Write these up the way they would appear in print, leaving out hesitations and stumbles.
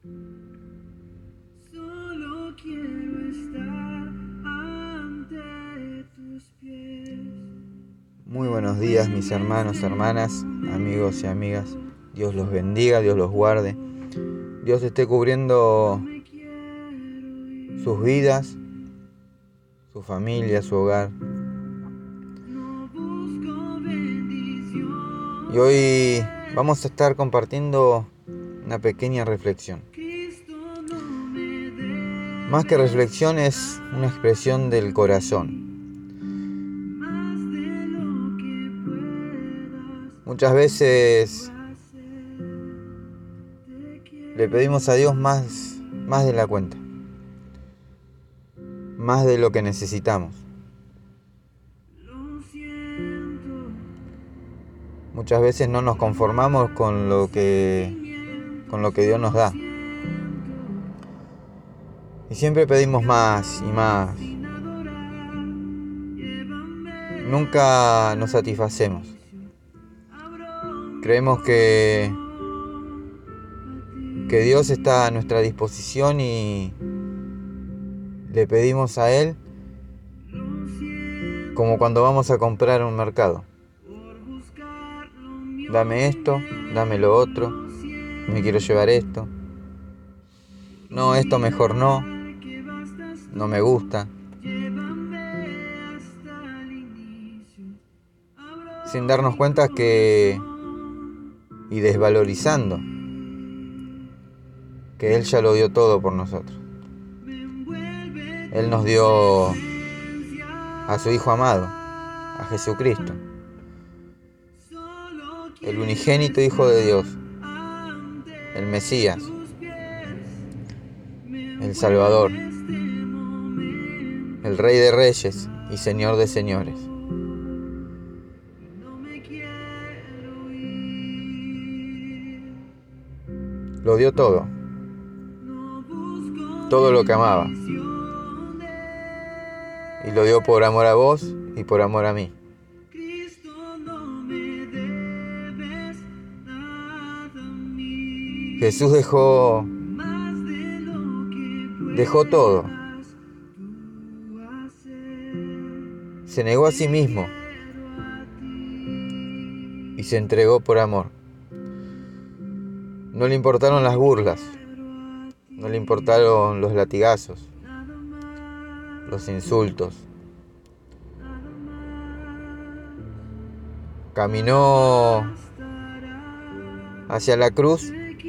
Solo quiero estar ante tus pies. Muy buenos días, mis hermanos, hermanas, amigos y amigas. Dios los bendiga, Dios los guarde. Dios esté cubriendo sus vidas, su familia, su hogar. Y hoy vamos a estar compartiendo una pequeña reflexión. Más que reflexión, es una expresión del corazón. Muchas veces le pedimos a Dios más de la cuenta, más de lo que necesitamos. Muchas veces no nos conformamos con lo que Dios nos da. Y siempre pedimos más y más. Nunca nos satisfacemos. Creemos que Dios está a nuestra disposición y le pedimos a Él como cuando vamos a comprar en un mercado. Dame esto, dame lo otro, me quiero llevar esto. No, esto mejor no me gusta. Sin darnos cuenta y desvalorizando que Él ya lo dio todo por nosotros. Él nos dio a su Hijo amado, a Jesucristo, el unigénito Hijo de Dios, el Mesías, el Salvador, el Rey de Reyes y Señor de Señores. Lo dio todo lo que amaba, y lo dio por amor a vos y por amor a mí. Jesús dejó todo. Se negó a sí mismo y se entregó por amor. No le importaron las burlas, no le importaron los latigazos, los insultos. Caminó hacia la cruz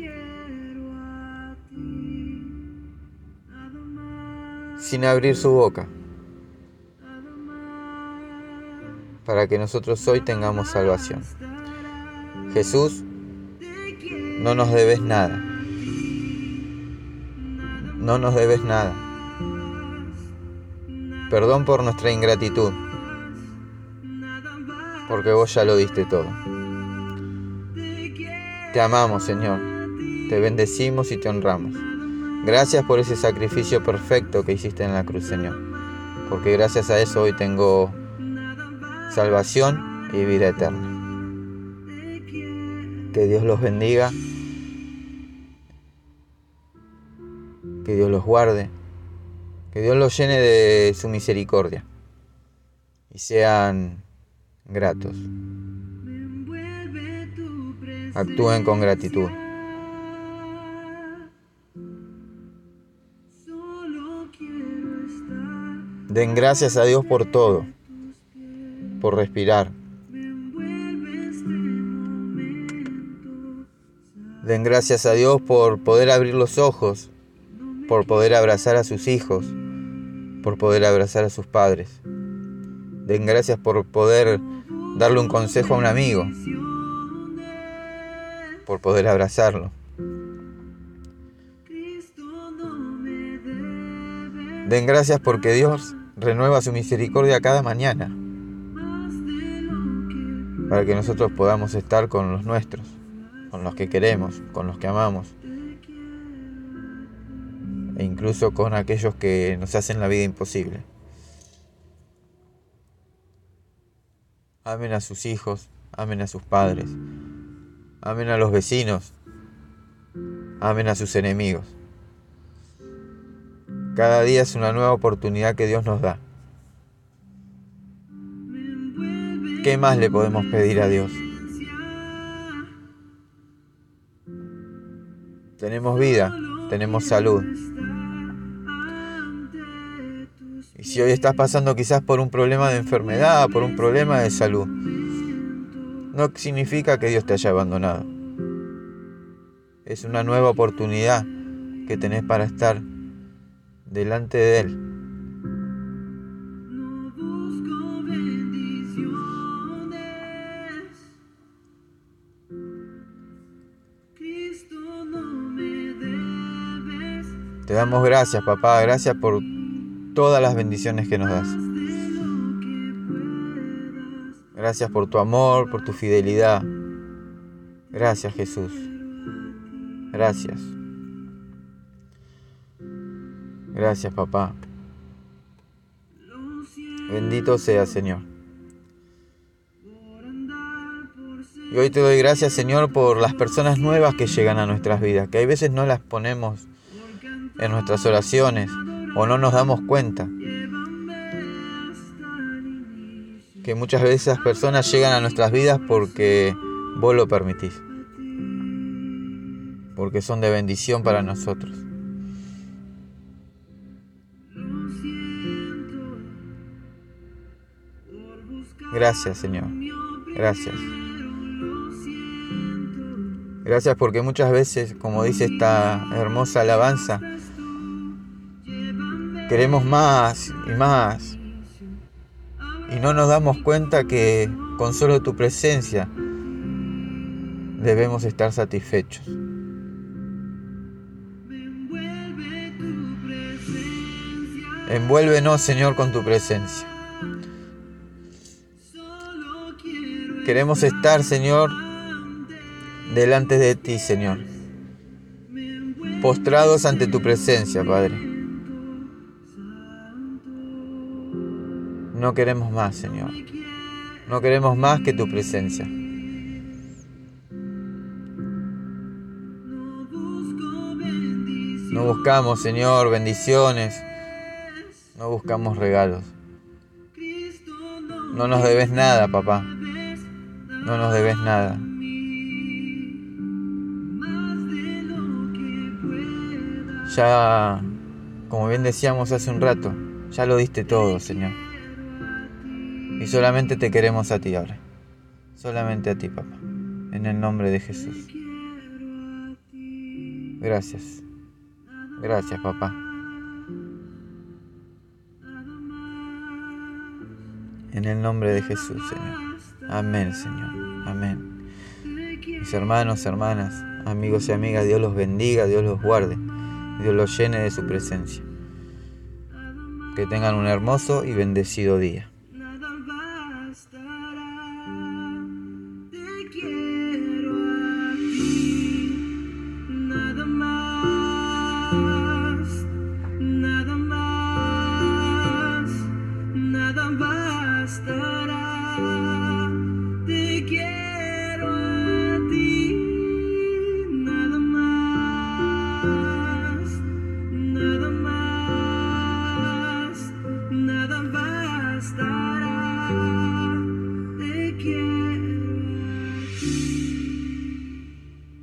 sin abrir su boca, para que nosotros hoy tengamos salvación. Jesús, no nos debes nada. No nos debes nada. Perdón por nuestra ingratitud, porque vos ya lo diste todo. Te amamos, Señor. Te bendecimos y te honramos. Gracias por ese sacrificio perfecto que hiciste en la cruz, Señor. Porque gracias a eso hoy tengo salvación y vida eterna. Que Dios los bendiga. Que Dios los guarde. Que Dios los llene de su misericordia. Y sean gratos. Actúen con gratitud. Den gracias a Dios por todo. Por respirar. Den gracias a Dios por poder abrir los ojos, por poder abrazar a sus hijos, por poder abrazar a sus padres. Den gracias por poder darle un consejo a un amigo, por poder abrazarlo. Den gracias porque Dios renueva su misericordia cada mañana, para que nosotros podamos estar con los nuestros, con los que queremos, con los que amamos, e incluso con aquellos que nos hacen la vida imposible. Amen a sus hijos, amen a sus padres, amen a los vecinos, amen a sus enemigos. Cada día es una nueva oportunidad que Dios nos da. ¿Qué más le podemos pedir a Dios? Tenemos vida, tenemos salud. Y si hoy estás pasando quizás por un problema de enfermedad, por un problema de salud, no significa que Dios te haya abandonado. Es una nueva oportunidad que tenés para estar delante de Él. Te damos gracias, papá, gracias por todas las bendiciones que nos das. Gracias por tu amor, por tu fidelidad. Gracias, Jesús. Gracias. Gracias, papá. Bendito sea, Señor. Y hoy te doy gracias, Señor, por las personas nuevas que llegan a nuestras vidas, que hay veces no las ponemos en nuestras oraciones o no nos damos cuenta. Que muchas veces esas personas llegan a nuestras vidas porque vos lo permitís. Porque son de bendición para nosotros. Gracias, Señor. Gracias. Gracias porque muchas veces, como dice esta hermosa alabanza, queremos más y más. Y no nos damos cuenta que con solo tu presencia debemos estar satisfechos. Envuélvenos, Señor, con tu presencia. Queremos estar, Señor, delante de ti, Señor, postrados ante tu presencia, Padre. No queremos más, Señor. No queremos más que tu presencia. No buscamos, Señor, bendiciones. No buscamos regalos. No nos debes nada, papá. No nos debes nada. Ya, como bien decíamos hace un rato, ya lo diste todo, Señor. Y solamente te queremos a ti ahora. Solamente a ti, papá. En el nombre de Jesús. Gracias. Gracias, papá. En el nombre de Jesús, Señor. Amén, Señor. Amén. Mis hermanos, hermanas, amigos y amigas, Dios los bendiga, Dios los guarde. Dios los llene de su presencia. Que tengan un hermoso y bendecido día.